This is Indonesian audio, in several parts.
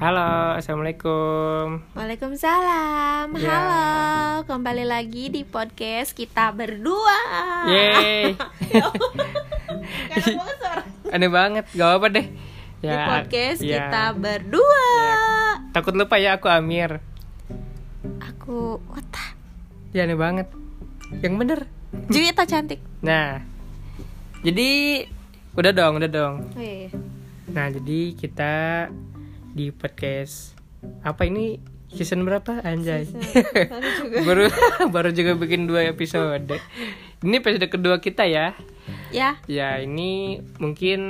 Halo, assalamualaikum. Waalaikumsalam. Ya. Halo, kembali lagi di podcast kita berdua. Yeay. Karena gua suara. Aneh banget, gak apa deh. Di podcast ya. kita berdua. Takut lupa ya, aku Amir. Aku Wata. Ya aneh banget. Yang bener. Juwita cantik. Nah, jadi udah dong. Oh iya. Nah, jadi kita di podcast apa ini season berapa anjay? baru juga bikin 2 episode. Ini episode kedua kita ya. Ya. Ya ini mungkin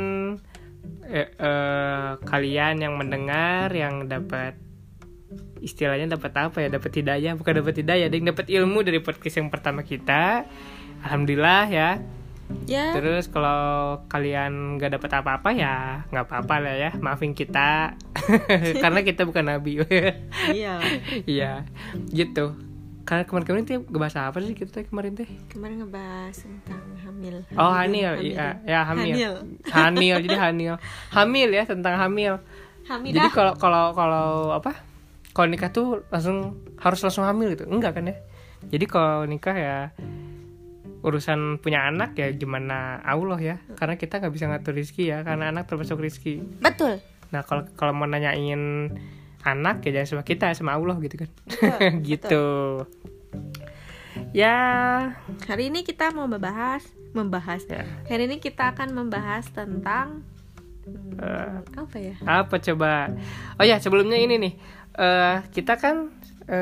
kalian yang mendengar yang dapat istilahnya dapat apa ya? Dapat hidayah, bukan dapat hidayah, ding dapat ilmu dari podcast yang pertama kita. Alhamdulillah ya. Ya. Terus kalau kalian gak dapat apa-apa ya nggak apa-apa lah ya, maafin kita karena kita bukan nabi. Iya. Iya gitu. Karena kemarin tuh ngebahas apa sih kita kemarin teh? Kemarin ngebahas tentang hamil. Oh hamil. Iya ya hamil. Jadi hamil ya, tentang hamil. Hamidah. Jadi kalau apa? Kalau nikah tuh harus langsung hamil gitu? Enggak kan ya? Jadi kalau nikah ya urusan punya anak ya gimana Allah ya, karena kita nggak bisa ngatur rezeki ya, karena anak termasuk rezeki. Betul. Nah kalau mau nanyain anak ya jangan sama kita, sama Allah gitu kan. Gitu. Betul. Ya. Hari ini kita mau membahas. Ya. Hari ini kita akan membahas tentang apa ya? Apa coba? Oh ya sebelumnya ini nih, kita kan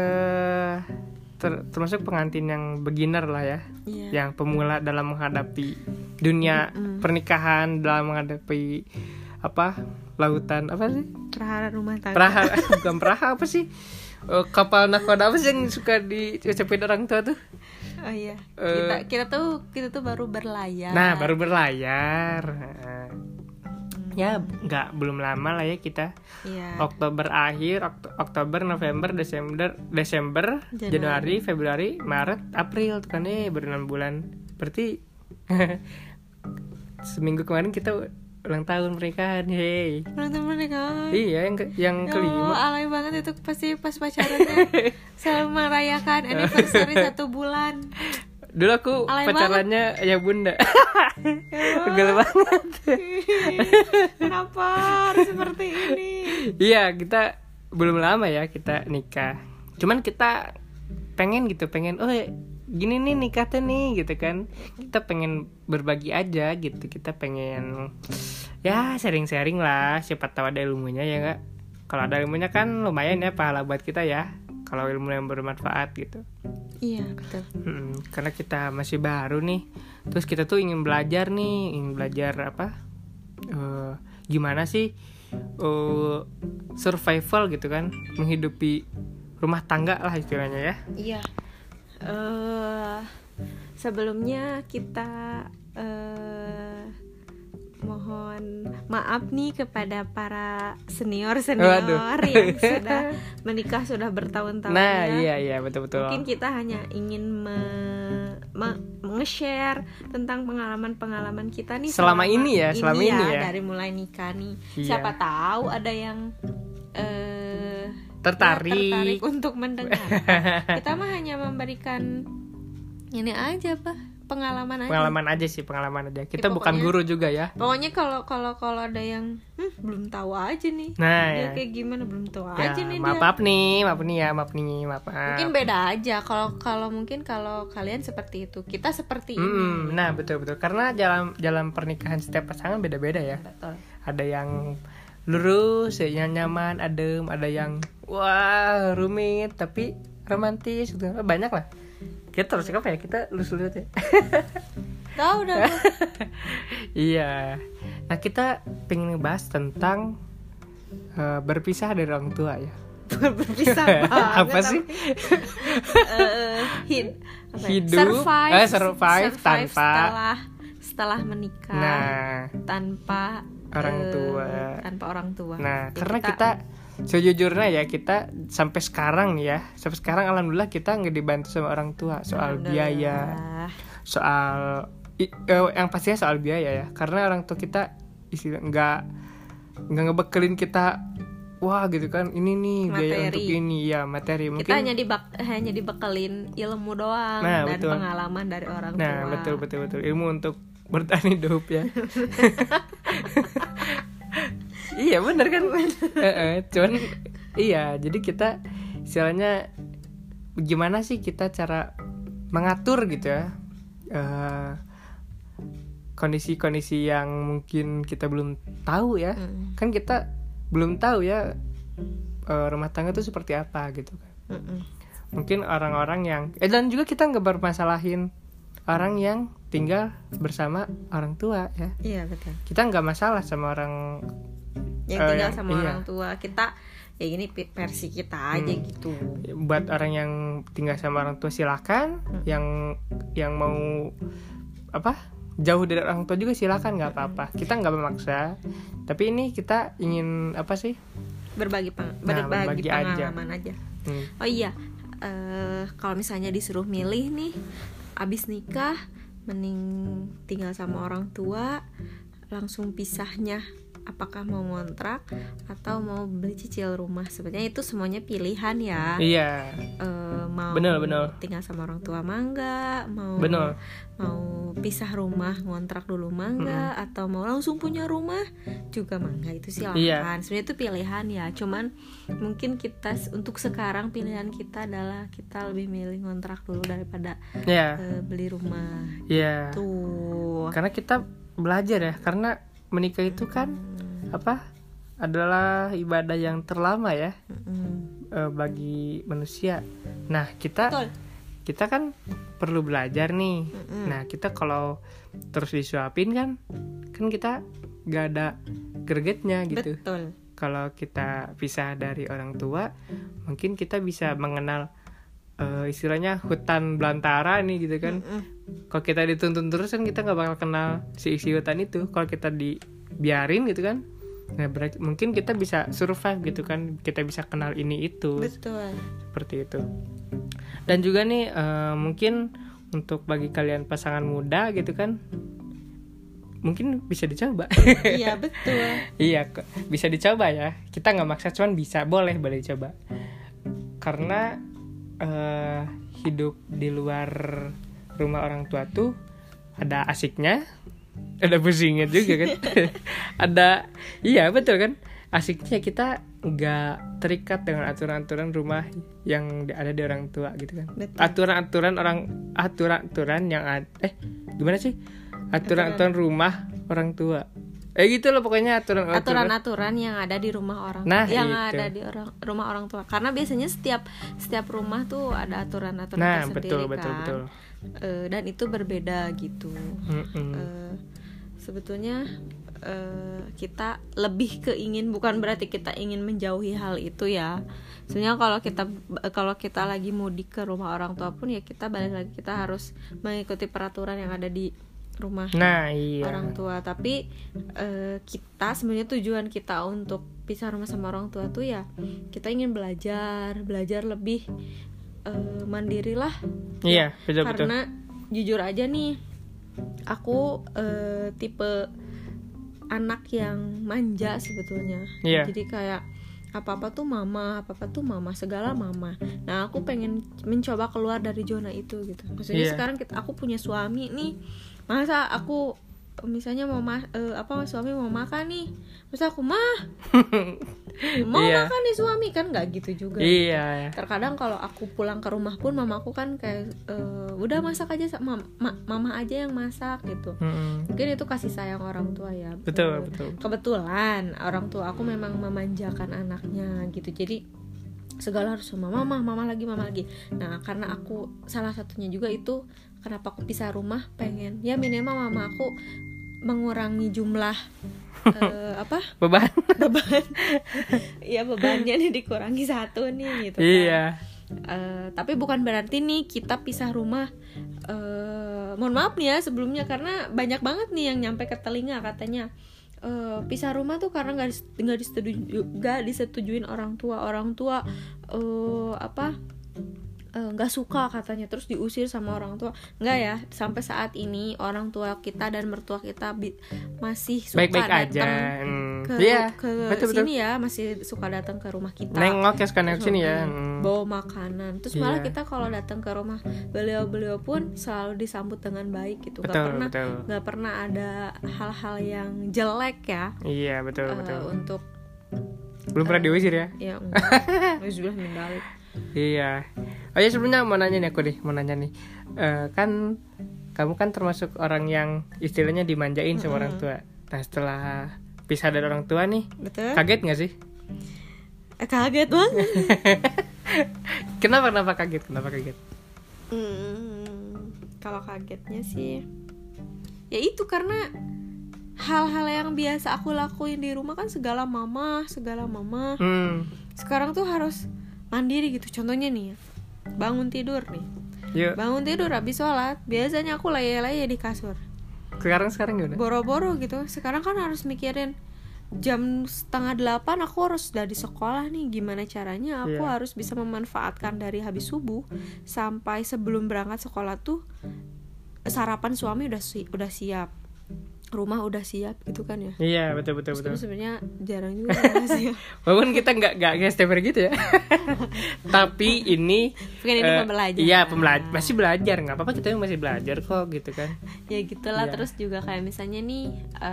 termasuk pengantin yang beginner lah ya, yang pemula dalam menghadapi dunia pernikahan, dalam menghadapi apa lautan apa sih? Prahara rumah tangga. Bukan peraha apa sih? Kapal nakoda apa sih yang suka diucapin orang tua tuh? Oh iya. Kita tuh baru berlayar. Nah baru berlayar. Ya belum lama lah ya kita. Iya. Oktober akhir, Oktober, November, Desember, Januari, Februari, Maret, April tuh kan baru 6 bulan. Berarti seminggu kemarin kita ulang tahun pernikahan. Hey. Ulang tahun pernikahan. Iya yang kelima. Alay banget itu pasti pas pacarannya selalu merayakan anniversary 1 bulan. Dulu aku Alay pacarannya ya bunda. Pegel banget. Kenapa harus seperti ini? Iya kita belum lama ya kita nikah. Cuman kita pengen oh gini nih nikahnya nih gitu kan. Kita pengen berbagi aja gitu. Kita pengen ya sharing-sharing lah. Siapa tahu ada ilmunya ya nggak. Kalau ada ilmunya kan lumayan ya pahala buat kita ya. Kalau ilmu yang bermanfaat gitu. Iya betul. Karena kita masih baru nih. Terus kita tuh ingin belajar apa? Gimana sih survival gitu kan, menghidupi rumah tangga lah istilahnya ya. Iya. Sebelumnya kita mohon maaf nih kepada para senior yang sudah menikah sudah bertahun-tahun. Nah iya betul. Mungkin kita hanya ingin nge-share tentang pengalaman kita nih selama ini ya dari mulai nikah nih. Iya. Siapa tahu ada yang tertarik untuk mendengar. Kita mah hanya memberikan ini aja pengalaman aja. Pengalaman aja. Kita bukan guru juga ya. Pokoknya kalau ada yang belum tahu aja nih. Nah, dia ya. kayak gimana belum tahu ya, aja nih maaf dia. Maaf nih. Mungkin beda aja kalau mungkin kalau kalian seperti itu, kita seperti ini. Nah, betul. Karena jalan pernikahan setiap pasangan beda-beda ya. Betul. Ada yang lurus, yang nyaman, adem, ada yang wah, rumit tapi romantis gitu. Banyak lah. Kita terus apa ya? Kita lulus ya. Tahu dah. Iya. Nah, kita pengen ngebahas tentang berpisah dari orang tua ya. Berpisah banget. Apa sih? Hidup survive setelah menikah. Nah, tanpa orang tua. Nah, ya, karena kita sejujurnya ya kita sampai sekarang alhamdulillah kita nggak dibantu sama orang tua soal biaya, soal yang pastinya soal biaya ya, karena orang tua kita nggak ngebekelin kita wah gitu kan, ini nih biaya untuk ini ya, materi. Mungkin kita hanya dibekelin ilmu doang dan betul. Pengalaman dari orang tua. Nah betul ilmu untuk bertahan hidup ya. Iya benar kan. Cuman iya, jadi kita istilahnya gimana sih kita cara mengatur gitu ya kondisi-kondisi yang mungkin kita belum tahu ya. Kan kita belum tahu ya rumah tangga itu seperti apa gitu kan. Mungkin orang-orang yang dan juga kita nggak bermasalahin orang yang tinggal bersama orang tua ya. Iya betul. Kita nggak masalah sama orang yang tinggal sama orang tua. Kita ya ini versi kita aja gitu. Buat orang yang tinggal sama orang tua silakan. Yang mau jauh dari orang tua juga silakan, nggak apa-apa. Kita nggak memaksa. Tapi ini kita ingin apa sih? Berbagi pengalaman aja. Oh iya, kalau misalnya disuruh milih nih, abis nikah mending tinggal sama orang tua, langsung pisahnya apakah mau ngontrak atau mau beli cicil rumah. Sebenarnya itu semuanya pilihan ya. Iya. Mau bener. tinggal sama orang tua mangga, mau pisah rumah ngontrak dulu mangga, atau mau langsung punya rumah juga mangga, itu silakan. Iya. Sebenarnya itu pilihan ya. Cuman mungkin kita untuk sekarang pilihan kita adalah kita lebih milih ngontrak dulu daripada beli rumah. Iya. Tuh. Karena kita belajar ya, karena menikah itu kan adalah ibadah yang terlama ya bagi manusia. Nah kita kan perlu belajar nih. Nah kita kalau terus disuapin kan kita gak ada gregetnya gitu. Betul. Kalau kita pisah dari orang tua, mungkin kita bisa mengenal istilahnya hutan belantara nih gitu kan. Kalau kita dituntun terus kan kita nggak bakal kenal si isi hutan itu. Kalau kita dibiarin gitu kan, nah berarti mungkin kita bisa survive gitu kan. Kita bisa kenal ini itu. Betul. Seperti itu. Dan juga nih mungkin untuk bagi kalian pasangan muda gitu kan, mungkin bisa dicoba. Iya betul. Iya bisa dicoba ya. Kita nggak maksa, cuman boleh dicoba. Karena hidup di luar rumah orang tua tuh ada asiknya, ada pusingnya juga kan. Iya betul kan, asiknya kita nggak terikat dengan aturan-aturan rumah yang ada di orang tua gitu kan. Betul. Aturan-aturan yang gimana sih, aturan rumah orang tua gitu loh pokoknya, aturan-aturan yang ada di rumah orang ada di rumah orang tua. Karena biasanya setiap rumah tuh ada aturan-aturan tersendiri betul. Dan itu berbeda gitu. Sebetulnya kita lebih bukan berarti kita ingin menjauhi hal itu ya. Sebenarnya kalau kita lagi mudik ke rumah orang tua pun ya kita balik lagi, kita harus mengikuti peraturan yang ada di rumah orang tua. Tapi kita sebenarnya tujuan kita untuk pisah rumah sama orang tua tuh ya kita ingin belajar lebih mandiri lah. Iya, betul. Karena jujur aja nih, aku tipe anak yang manja sebetulnya. Jadi kayak apa-apa tuh mama, segala mama. Nah, aku pengen mencoba keluar dari zona itu gitu. Maksudnya sekarang aku punya suami nih. Masa aku misalnya suami mau makan nih, masa aku mau makan nih suami, kan nggak gitu juga. Iya. Terkadang kalau aku pulang ke rumah pun mamaku kan kayak udah masak aja, mama aja yang masak gitu. Mungkin itu kasih sayang orang tua ya. Betul. Kebetulan orang tua aku memang memanjakan anaknya gitu. Jadi segala harus sama mama lagi. Nah, karena aku salah satunya juga itu kenapa aku pisah rumah, pengen ya minimal mama aku mengurangi jumlah beban. Iya, bebannya nih dikurangi satu nih gitu kan. Iya. Tapi bukan berarti nih kita pisah rumah. Mohon maaf nih ya sebelumnya, karena banyak banget nih yang nyampe ke telinga katanya pisah rumah tuh karena nggak disetujuin orang tua nggak suka katanya, terus diusir sama orang tua. Nggak ya, sampai saat ini orang tua kita dan mertua kita masih suka datang betul. Sini ya, masih suka datang ke rumah kita. Nengok ya, suka nengok sini ya. Bawa makanan. Terus malah kita kalau datang ke rumah beliau pun selalu disambut dengan baik gitu. Gak pernah ada hal-hal yang jelek ya. Iya, betul. Untuk belum pernah diusir ya? Iya, enggak. Sudah mendalik. Iya. Oh ya, sebelumnya mau nanya nih. Kan kamu kan termasuk orang yang istilahnya dimanjain sama orang tua. Nah, setelah pisah dari orang tua nih, betul. Kaget gak sih? Kaget banget. Kenapa kaget? Kalau kagetnya sih, ya itu karena hal-hal yang biasa aku lakuin di rumah kan segala mama. Sekarang tuh harus mandiri gitu. Contohnya nih, bangun tidur nih. Bangun tidur habis sholat, biasanya aku lay-lay di kasur. Sekarang gimana? Boro-boro gitu. Sekarang kan harus mikirin jam 7:30 aku harus udah di sekolah nih. Gimana caranya aku harus bisa memanfaatkan dari habis subuh sampai sebelum berangkat sekolah tuh sarapan suami udah siap, rumah udah siap gitu kan ya. Iya, betul. Sebenarnya jarang juga sih. Walaupun kita nggak setiap hari gitu ya. Tapi ini pembelajaran. Iya, masih belajar, nggak apa-apa, kita masih belajar kok gitu kan. Ya gitulah. Terus juga kayak misalnya nih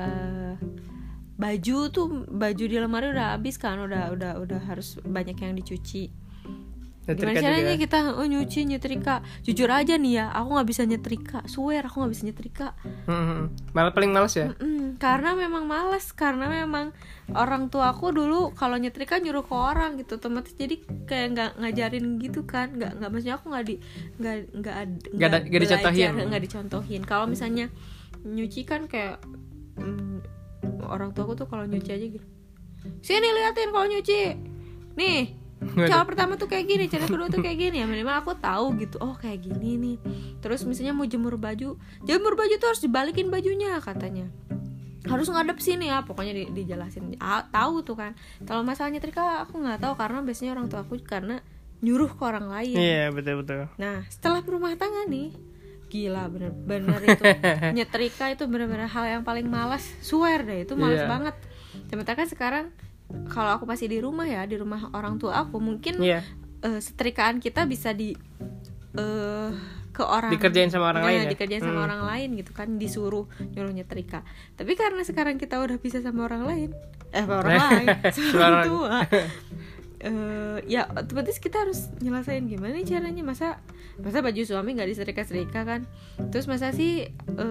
baju di lemari udah habis kan, udah harus banyak yang dicuci. Gimana caranya kita nyetrika? Jujur aja nih ya, aku nggak bisa nyetrika. Swear aku nggak bisa nyetrika. Malah paling malas ya. Karena memang malas, karena memang orang tua aku dulu kalau nyetrika nyuruh ke orang gitu, otomatis jadi kayak nggak ngajarin gitu kan, nggak maksudnya aku nggak dicontohin. Kalau misalnya nyuci kan kayak orang tua aku tuh kalau nyuci aja gitu, sini liatin kalau nyuci nih. Cara pertama tuh kayak gini, cara kedua tuh kayak gini ya, minimal aku tahu gitu. Oh kayak gini nih. Terus misalnya mau jemur baju tuh harus dibalikin bajunya katanya. Harus ngadep sini ya, pokoknya dijelasin. Tahu tuh kan. Kalau masalah nyetrika aku nggak tahu karena biasanya orang tua aku karena nyuruh ke orang lain. Iya betul. Nah setelah berumah tangga nih, gila bener itu nyetrika itu bener-bener hal yang paling malas. Swear deh itu malas banget. Sementara kan sekarang kalau aku masih di rumah orang tua aku mungkin setrikaan kita bisa dikerjain sama orang lain dikerjain sama orang lain gitu kan, disuruh nyuruh nyetrika. Tapi karena sekarang kita udah bisa sama orang lain sama orang tua ya otomatis kita harus nyelesain gimana nih caranya. Masa baju suami nggak disetrika-setrika kan, terus masa sih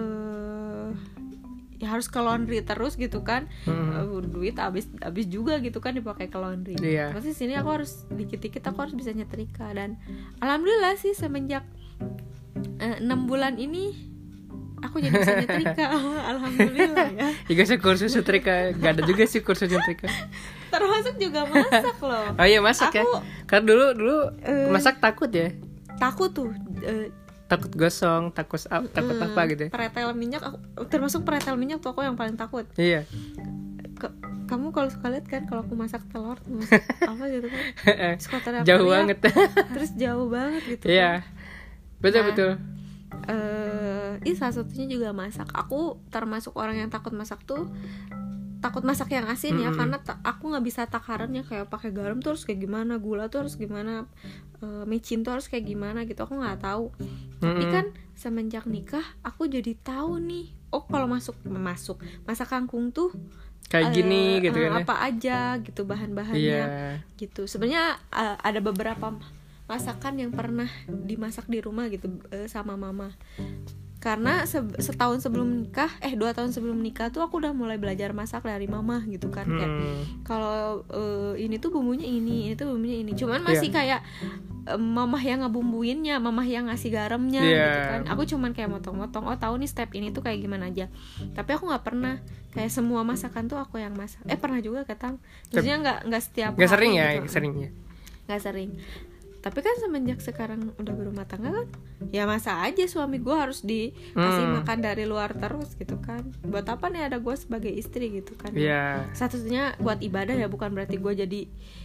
ya harus ke laundry terus gitu kan. Duit habis juga gitu kan dipakai ke laundry. Pasti sini aku harus dikit-dikit aku harus bisa nyetrika. Dan alhamdulillah sih semenjak 6 bulan ini aku jadi bisa nyetrika. Alhamdulillah ya. Juga sih kursus nyetrika, gak ada juga sih kursus nyetrika. Termasuk juga masak loh. Oh iya masak aku, ya. Karena dulu masak takut ya. Takut tuh. Takut gosong, takut apa gitu. Pretel minyak, termasuk pretel minyak tuh aku yang paling takut. Iya. Kamu kalau suka lihat kan kalau aku masak telur, apa gitu kan? Jauh banget. Terus jauh banget gitu. Iya. Kan? Betul. Salah satunya juga masak. Aku termasuk orang yang takut masak yang asin ya, karena aku nggak bisa takarannya kayak pakai garam tuh harus kayak gimana, gula tuh harus gimana, micin tuh harus kayak gimana gitu, aku nggak tahu. Tapi kan semenjak nikah aku jadi tahu nih, kalau masak kangkung tuh kayak gini gitu kan, apa aja gitu bahan-bahannya gitu. Sebenarnya ada beberapa masakan yang pernah dimasak di rumah gitu sama mama. Karena setahun sebelum nikah, 2 tahun sebelum nikah tuh aku udah mulai belajar masak dari mama gitu kan. Kayak kalau ini tuh bumbunya ini tuh bumbunya ini. Cuman masih kayak mamah yang ngebumbuinnya, mamah yang ngasih garamnya gitu kan. Aku cuman kayak motong-motong, tahu nih step ini tuh kayak gimana aja. Tapi aku nggak pernah kayak semua masakan tuh aku yang masak. Pernah juga Katang. Maksudnya nggak setiap hari. Sering ya, gitu. Nggak sering. Tapi kan semenjak sekarang udah berumah tangga kan, ya masa aja suami gue harus dikasih makan dari luar terus gitu kan. Buat apa nih ada gue sebagai istri gitu kan. Satu-satunya buat ibadah ya, bukan berarti gue jadi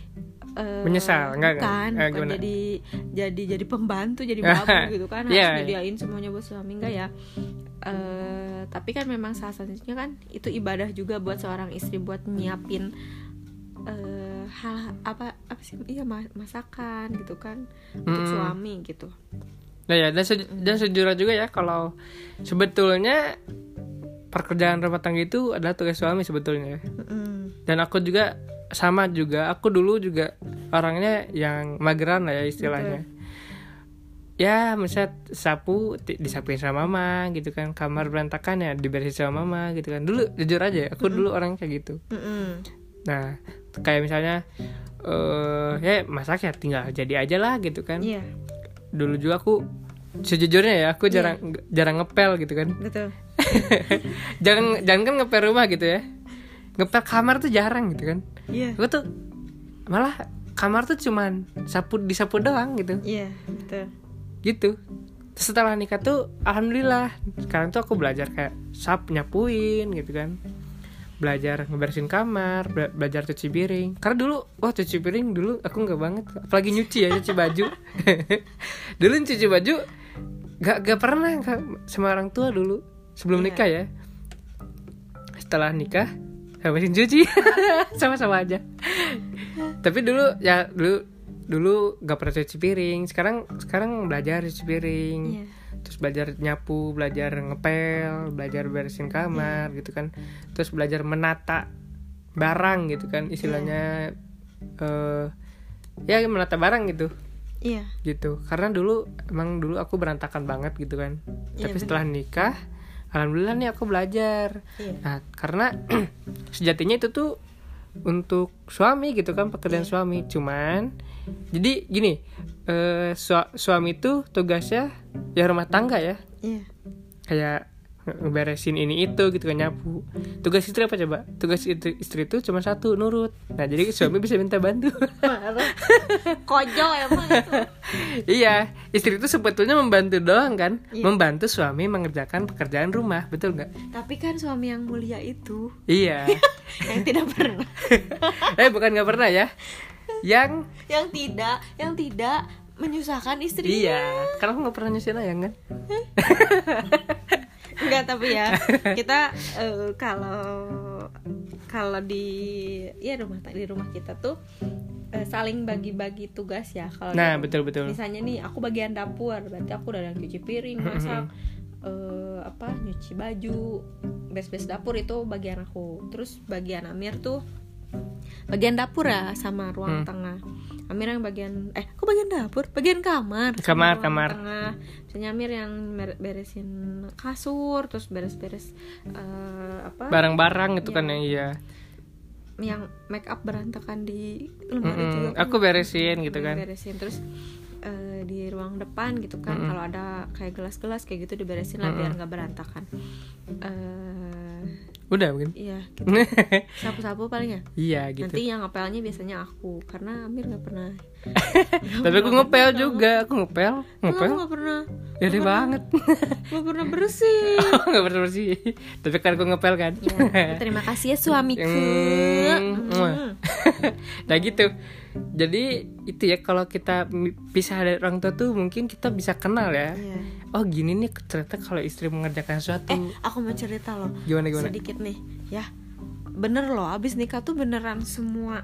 menyesal bukan jadi pembantu, jadi babu gitu kan, harus nyediain semuanya buat suami, enggak ya. Tapi kan memang salah satunya kan itu ibadah juga buat seorang istri, buat nyiapin hal apa sih, iya masakan gitu kan untuk suami gitu. Nah ya, dan sejujurnya juga ya, kalau sebetulnya pekerjaan rumah tangga itu adalah tugas suami sebetulnya. Dan aku juga sama juga, aku dulu juga orangnya yang mageran lah ya istilahnya. Ya misalnya sapu disapuin sama mama gitu kan, kamar berantakan ya dibersihin sama mama gitu kan. Dulu jujur aja aku dulu orang kayak gitu. Nah kayak misalnya ya masak ya tinggal jadi aja lah gitu kan. Dulu juga aku sejujurnya ya aku jarang ngepel gitu kan. Betul. jangan kan ngepel rumah gitu ya, ngepel kamar tuh jarang gitu kan. Aku tuh malah kamar tuh cuman disapu doang gitu. Betul. Gitu. Setelah nikah tuh alhamdulillah sekarang tuh aku belajar kayak nyapuin gitu kan, belajar ngebersihin kamar, belajar cuci piring. Karena dulu cuci piring dulu aku nggak banget, apalagi nyuci baju. Dulu cuci baju gak pernah sama orang tua dulu sebelum nikah ya. Setelah nikah mesin cuci sama-sama aja. Tapi dulu gak pernah cuci piring. Sekarang belajar cuci piring. Terus belajar nyapu, belajar ngepel, belajar beresin kamar gitu kan. Terus belajar menata barang gitu kan istilahnya. Ya menata barang gitu. Gitu. Karena dulu aku berantakan banget gitu kan. Tapi setelah nikah alhamdulillah nih aku belajar. Nah, karena sejatinya itu tuh untuk suami gitu kan, pekerjaan suami. Cuman jadi gini, suami tuh tugasnya ya rumah tangga ya. Kayak beresin ini itu gitu kan, nyapu. Tugas istri apa coba? Tugas istri itu cuma satu, nurut. Nah, jadi suami bisa minta bantu. Kojo emang itu. Iya, istri itu sebetulnya membantu doang kan, membantu suami mengerjakan pekerjaan rumah, betul nggak? Tapi kan suami yang mulia itu. Iya. Yang tidak pernah. Bukan nggak pernah ya. Yang tidak menyusahkan istrinya. Iya, karena aku nggak pernah nyusahin ayang kan. Enggak, tapi ya kita kalau di rumah kita tuh saling bagi-bagi tugas ya. Kalau betul. Misalnya nih aku bagian dapur, berarti aku udah cuci piring, masak, nyuci baju, beres-beres dapur itu bagian aku. Terus bagian Amir tuh bagian dapur ya sama ruang tengah. Amir yang bagian kok bagian dapur? Bagian kamar. Kamar. Tengah. Misalnya Amir yang beresin kasur, terus beres-beres barang-barang gitu kan ya. Iya. Yang make up berantakan di lemari juga kan. Aku beresin gitu kan. Beresin terus di ruang depan gitu kan. Kalau ada kayak gelas-gelas kayak gitu diberesin lah biar enggak berantakan. Udah mungkin. Iya gitu. Sapu-sapu paling ya. Iya gitu. Nanti yang ngepelnya biasanya aku, karena Amir nggak pernah. Tapi aku ngepel juga, aku ngepel. Aku nggak pernah. Gede banget. Nggak pernah bersih. Nggak pernah bersih. Tapi kan aku ngepel kan. Ya, terima kasih ya suamiku. Nah gitu. Jadi itu ya, kalau kita pisah dari orang tua tuh mungkin kita bisa kenal ya. Oh gini nih ternyata kalau istri mengerjakan sesuatu. Aku mau cerita loh. Gimana? Sedikit nih ya. Bener loh, abis nikah tuh beneran semua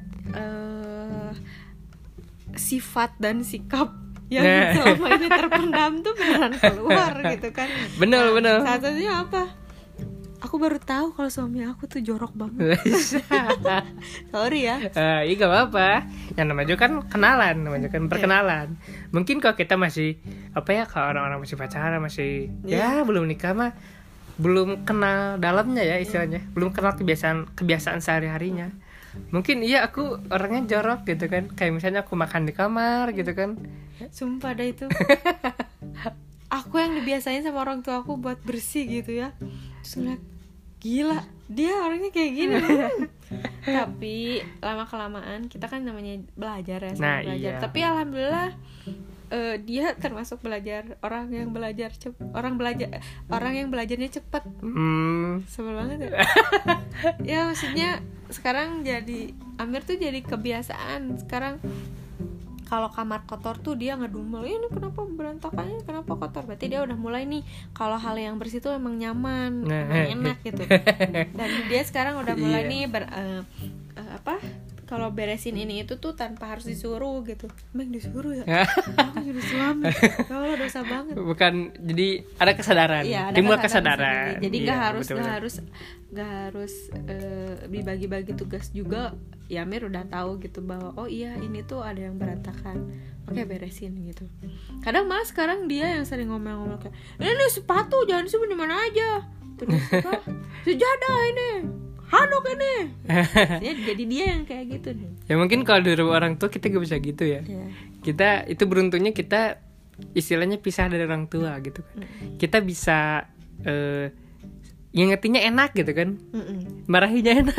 sifat dan sikap yang selama ini terpendam tuh beneran keluar gitu kan. Bener. Salah satunya apa? Aku baru tahu kalau suami aku tuh jorok banget. Sorry ya. Iya gak apa-apa. Yang namanya juga kan kenalan, namanya kan perkenalan. Mungkin kalau kita masih kalau orang-orang masih pacaran, masih belum nikah mah belum kenal dalamnya ya istilahnya. Belum kenal kebiasaan sehari-harinya. Mungkin aku orangnya jorok gitu kan. Kayak misalnya aku makan di kamar gitu kan. Sumpah dah itu. Aku yang dibiasain sama orang tua aku buat bersih gitu ya. Terus ngeliat, gila, dia orangnya kayak gini. Tapi lama-kelamaan kita kan namanya belajar ya, belajar. Iya. Tapi alhamdulillah dia termasuk orang yang belajarnya cepat. Sebel banget ya. Ya maksudnya sekarang jadi Amir tuh jadi kebiasaan. Sekarang kalau kamar kotor tuh dia ngedumel, ini kenapa berantakannya, kenapa kotor. Berarti dia udah mulai nih kalau hal yang bersih tuh emang nyaman, enak gitu. Dan dia sekarang udah mulai nih kalau beresin ini itu tuh tanpa harus disuruh gitu. Emang disuruh ya? Aku jadi suami. Kalau dosa banget. Bukan, jadi ada kesadaran. Iya, timbul kesadaran. Jadi nggak harus dibagi-bagi tugas juga. Ya Mir udah tahu gitu bahwa oh iya ini tuh ada yang berantakan. Oke, beresin gitu. Kadang malah sekarang dia yang sering ngomel-ngomel kayak, ini sepatu jangan simpen di mana aja. Terus sejadah ini. Handuk ini. Ya, jadi dia yang kayak gitu nih. Ya mungkin kalau di rumah orang tua kita gak bisa gitu ya. Kita itu beruntungnya kita istilahnya pisah dari orang tua gitu kan. Kita bisa ngingetinnya enak gitu kan. Marahinnya enak.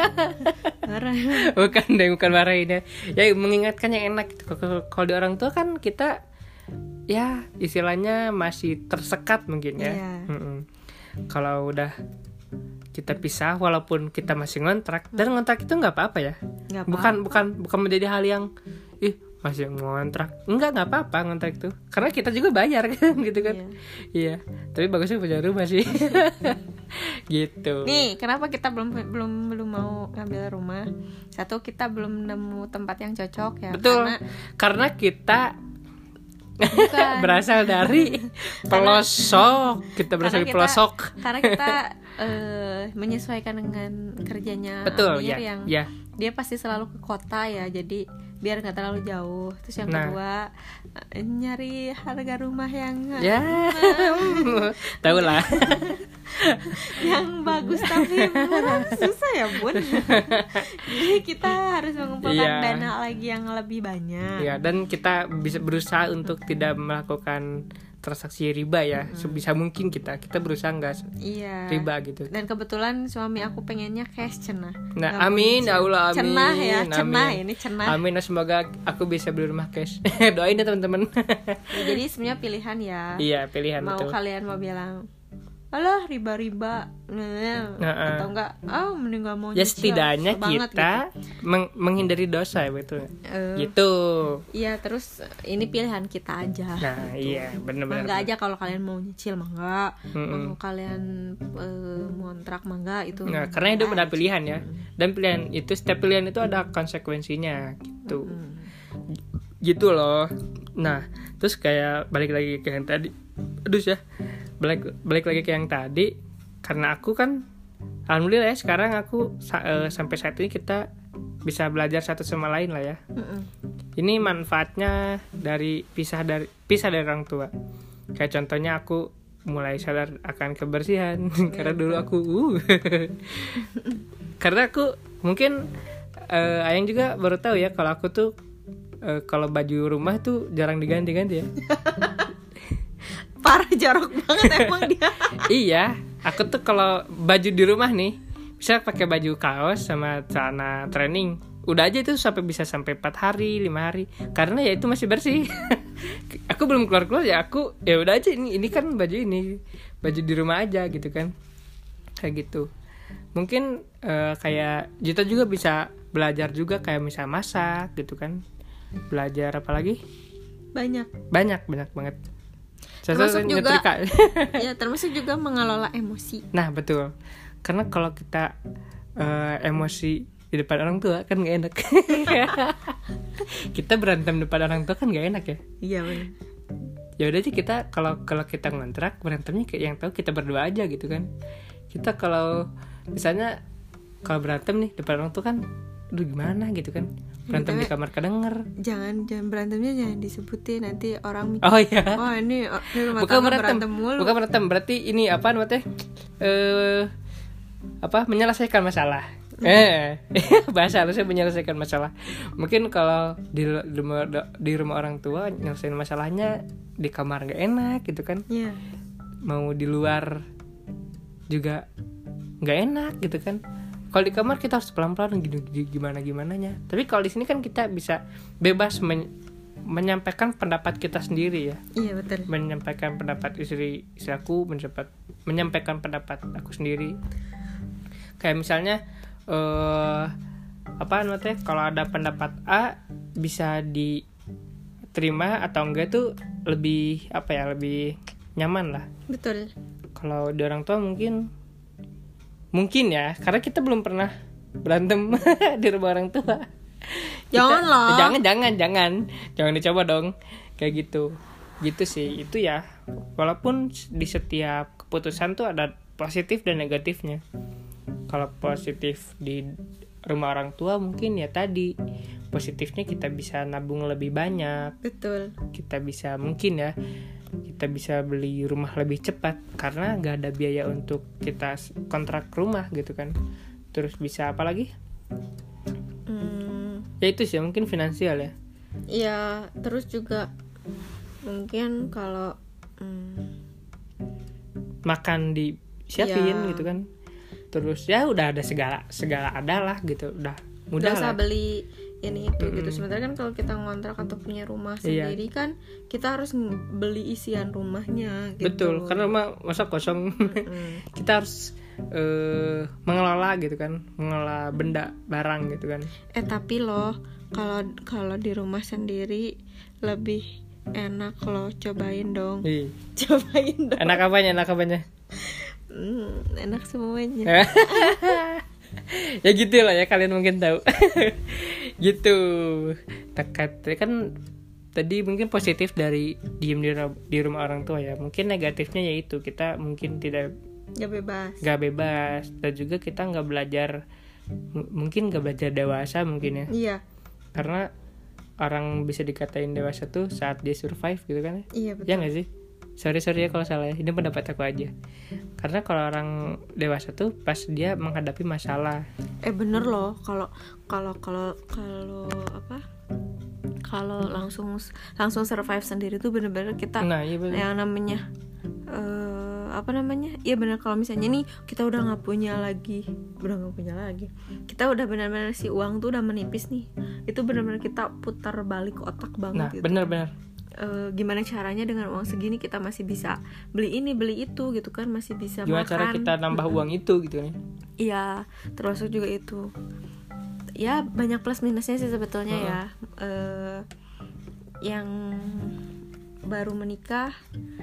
bukan marahinnya. Ya mengingatkannya enak gitu. Kalau di orang tua kan kita ya istilahnya masih tersekat mungkin ya. Kalau udah kita pisah walaupun kita masih ngontrak, dan ngontrak itu nggak apa-apa ya, bukan menjadi hal yang masih ngontrak, nggak apa-apa ngontrak itu, karena kita juga bayar kan gitu kan. Iya. Tapi bagusnya punya rumah sih. Gitu. Nih kenapa kita belum mau ngambil rumah? Satu, kita belum nemu tempat yang cocok ya. Betul. Karena kita berasal dari pelosok. Kita berasal dari pelosok. Karena kita menyesuaikan dengan kerjanya. Betul, Amir yang dia pasti selalu ke kota ya, jadi biar nggak terlalu jauh. Terus yang kedua nyari harga rumah yang tahu lah. Yang bagus tapi murah susah ya bun. Jadi kita harus mengumpulkan dana lagi yang lebih banyak. Iya, dan kita bisa berusaha untuk tidak melakukan transaksi riba ya. Sebisa mungkin kita berusaha nggak riba gitu. Dan kebetulan suami aku pengennya cash cenah. Nah, amin ya Allah, amin. Cenah ya, cenah ini cenah. Amin, semoga aku bisa beli rumah cash. Doain ya teman-teman. Jadi sebenarnya pilihan ya. Iya, pilihan betul. Kalian mau bilang alah riba-riba atau enggak, mending gak mau nyicil. Ya setidaknya kita gitu. Menghindari dosa ya betul. Gitu. Iya, terus ini pilihan kita aja. Nah, iya, benar-benar. Enggak aja kalau kalian mau nyicil mah enggak. Mau kalian ngontrak mah enggak itu. Nah, karena itu benar pilihan ya. Dan pilihan itu, setiap pilihan itu ada konsekuensinya gitu. Gitu loh. Nah, terus kayak balik lagi ke yang tadi. Aduh ya. Balik lagi ke yang tadi, karena aku kan alhamdulillah ya sekarang aku sampai saat ini kita bisa belajar satu sama lain lah ya. Ini manfaatnya dari pisah dari orang tua. Kayak contohnya aku mulai sadar akan kebersihan. Karena dulu aku karena aku mungkin Ayang juga baru tahu ya kalau aku tuh kalau baju rumah tuh jarang diganti-ganti ya. Parah, jorok banget emang dia. Iya, aku tuh kalau baju di rumah nih bisa pakai baju kaos sama celana training. Udah aja itu bisa sampai 4 hari, 5 hari. Karena ya itu masih bersih. Aku belum keluar ya, aku ya udah aja ini kan baju di rumah aja gitu kan. Kayak gitu. Mungkin kayak Juta juga bisa belajar juga kayak misal masak gitu kan. Belajar apa lagi? Banyak banget. Termasuk juga ya, termasuk juga mengelola emosi. Nah betul, karena kalau kita emosi di depan orang tua kan nggak enak. Kita berantem depan orang tua kan nggak enak ya. Iya benar. Ya udah sih, kita kalau kita ngontrak berantemnya kayak yang tahu kita berdua aja gitu kan. Kita kalau misalnya kalau berantem nih depan orang tua kan, aduh gimana gitu kan. Berantem di kamar kedenger. Jangan berantemnya jangan disebutin, nanti orang mikir. Oh iya. Oh ini rumah tangga berantem mulu. Bukan berantem, berarti ini apa namanya? Menyelesaikan masalah. Bahasa halusnya menyelesaikan masalah. Mungkin kalau di rumah orang tua nyelesain masalahnya di kamar nggak enak gitu kan. Iya. Mau di luar juga nggak enak gitu kan. Kalau di kamar kita harus pelan-pelan gimana-gimananya. Tapi kalau di sini kan kita bisa bebas menyampaikan pendapat kita sendiri ya. Iya betul. Menyampaikan pendapat istri aku, menyampaikan pendapat aku sendiri. Kayak misalnya kalau ada pendapat A bisa diterima atau enggak tuh lebih lebih nyaman lah. Betul. Kalau di orang tua mungkin ya, karena kita belum pernah berantem di rumah orang tua. Jangan dicoba dong kayak gitu sih. Itu ya, walaupun di setiap keputusan tuh ada positif dan negatifnya. Kalau positif di rumah orang tua mungkin ya tadi positifnya kita bisa nabung lebih banyak. Betul. Kita bisa beli rumah lebih cepat karena nggak ada biaya untuk kita kontrak rumah gitu kan. Terus bisa apa lagi? Ya itu sih mungkin finansial ya. Iya, terus juga mungkin kalau makan disiapin gitu kan. Terus ya udah ada segala ada lah gitu, udah mudah lah. Gak usah beli ini itu gitu. Sementara kan kalau kita ngontrak atau punya rumah sendiri kan kita harus beli isian rumahnya gitu. Betul, karena rumah masa kosong. Kita harus mengelola gitu kan, mengelola benda barang gitu kan. Tapi loh kalau di rumah sendiri lebih enak loh, cobain dong. Cobain dong. Enak apanya? Enak semuanya. Ya gitu lah ya, kalian mungkin tahu. Gitu. Kan tadi mungkin positif dari diem di rumah orang tua ya. Mungkin negatifnya yaitu kita mungkin gak bebas dan juga kita gak belajar dewasa mungkin ya. Iya. Karena orang bisa dikatain dewasa tuh saat dia survive gitu kan ya. Iya betul. Ya gak sih? Sorry ya kalau salah ya. Ini pendapat aku aja. Karena kalau orang dewasa tuh pas dia menghadapi masalah. Bener loh. Kalau langsung survive sendiri tuh bener-bener kita yang namanya iya benar. Kalau misalnya nih kita udah nggak punya lagi, kita udah benar-benar si uang tuh udah menipis nih, itu benar-benar kita putar balik otak banget. Gitu. Benar-benar gimana caranya dengan uang segini kita masih bisa beli ini beli itu gitu kan, masih bisa gimana makan, cara kita nambah uang itu gitu nih. Iya, termasuk juga itu ya, banyak plus minusnya sih sebetulnya ya. Yang baru menikah,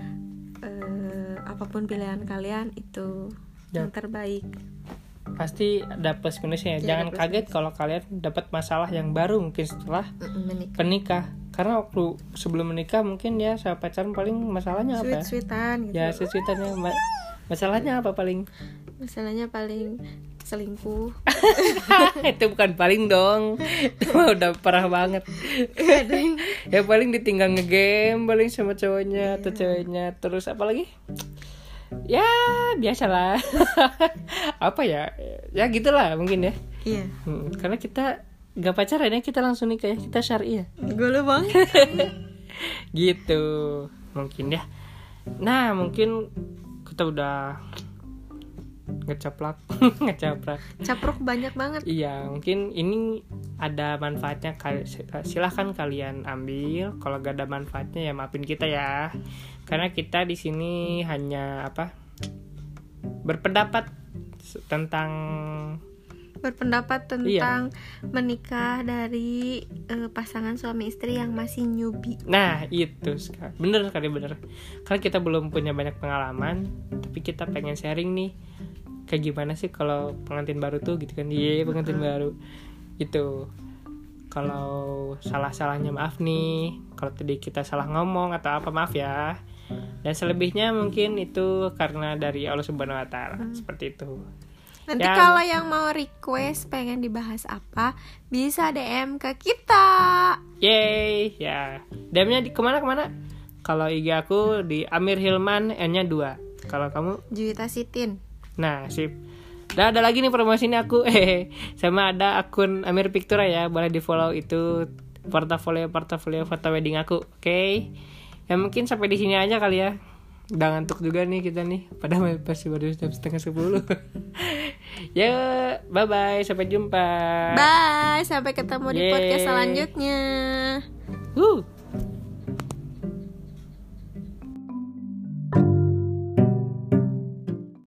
apapun pilihan kalian itu yang terbaik. Pasti ada plus minusnya ya. Jangan kaget kalau kalian dapat masalah yang baru mungkin setelah menikah. Karena waktu sebelum menikah mungkin ya sama pacaran paling masalahnya apa ya? Sweet-sweetan gitu. Ya sweet-sweetannya. Masalahnya apa paling? Masalahnya paling selingkuh. Itu bukan paling dong. Itu udah parah banget. Ya paling ditinggal ngegame paling sama cowoknya atau ceweknya. Terus apa lagi? Ya biasalah. Apa ya? Ya gitulah mungkin ya. Iya. Karena kita gak pacaran ya, kita langsung nikah ya, kita syar'i ya. Golo banget. Gitu mungkin ya. Nah mungkin kita udah ngecapruk banyak banget. Iya, mungkin ini ada manfaatnya, silahkan kalian ambil. Kalau gak ada manfaatnya ya maafin kita ya, karena kita di sini hanya berpendapat tentang menikah dari pasangan suami istri yang masih newbie. Nah itu bener. Karena kita belum punya banyak pengalaman, tapi kita pengen sharing nih kayak gimana sih kalau pengantin baru tuh gitu kan. Pengantin baru gitu. Kalau salah-salahnya maaf nih, kalau tadi kita salah ngomong atau apa maaf ya. Dan selebihnya mungkin itu karena dari Allah Subhanahu wa Ta'ala. Seperti itu. Nanti kalau yang mau request pengen dibahas apa, bisa DM ke kita. Yeay, ya. DM-nya kemana? Kalau IG aku di Amir Hilman, N-nya 2. Kalau kamu? Juwita Sitin. Nah, sip. Dan ada lagi nih promosi ini aku. Sama ada akun Amir Pictura ya, boleh di-follow itu portofolio foto wedding aku. Oke. Ya mungkin sampai di sini aja kali ya. Udah ngantuk juga nih kita nih. Padahal pasti baru jam 9:30. Ya, bye-bye. Sampai jumpa. Bye. Sampai ketemu di podcast selanjutnya.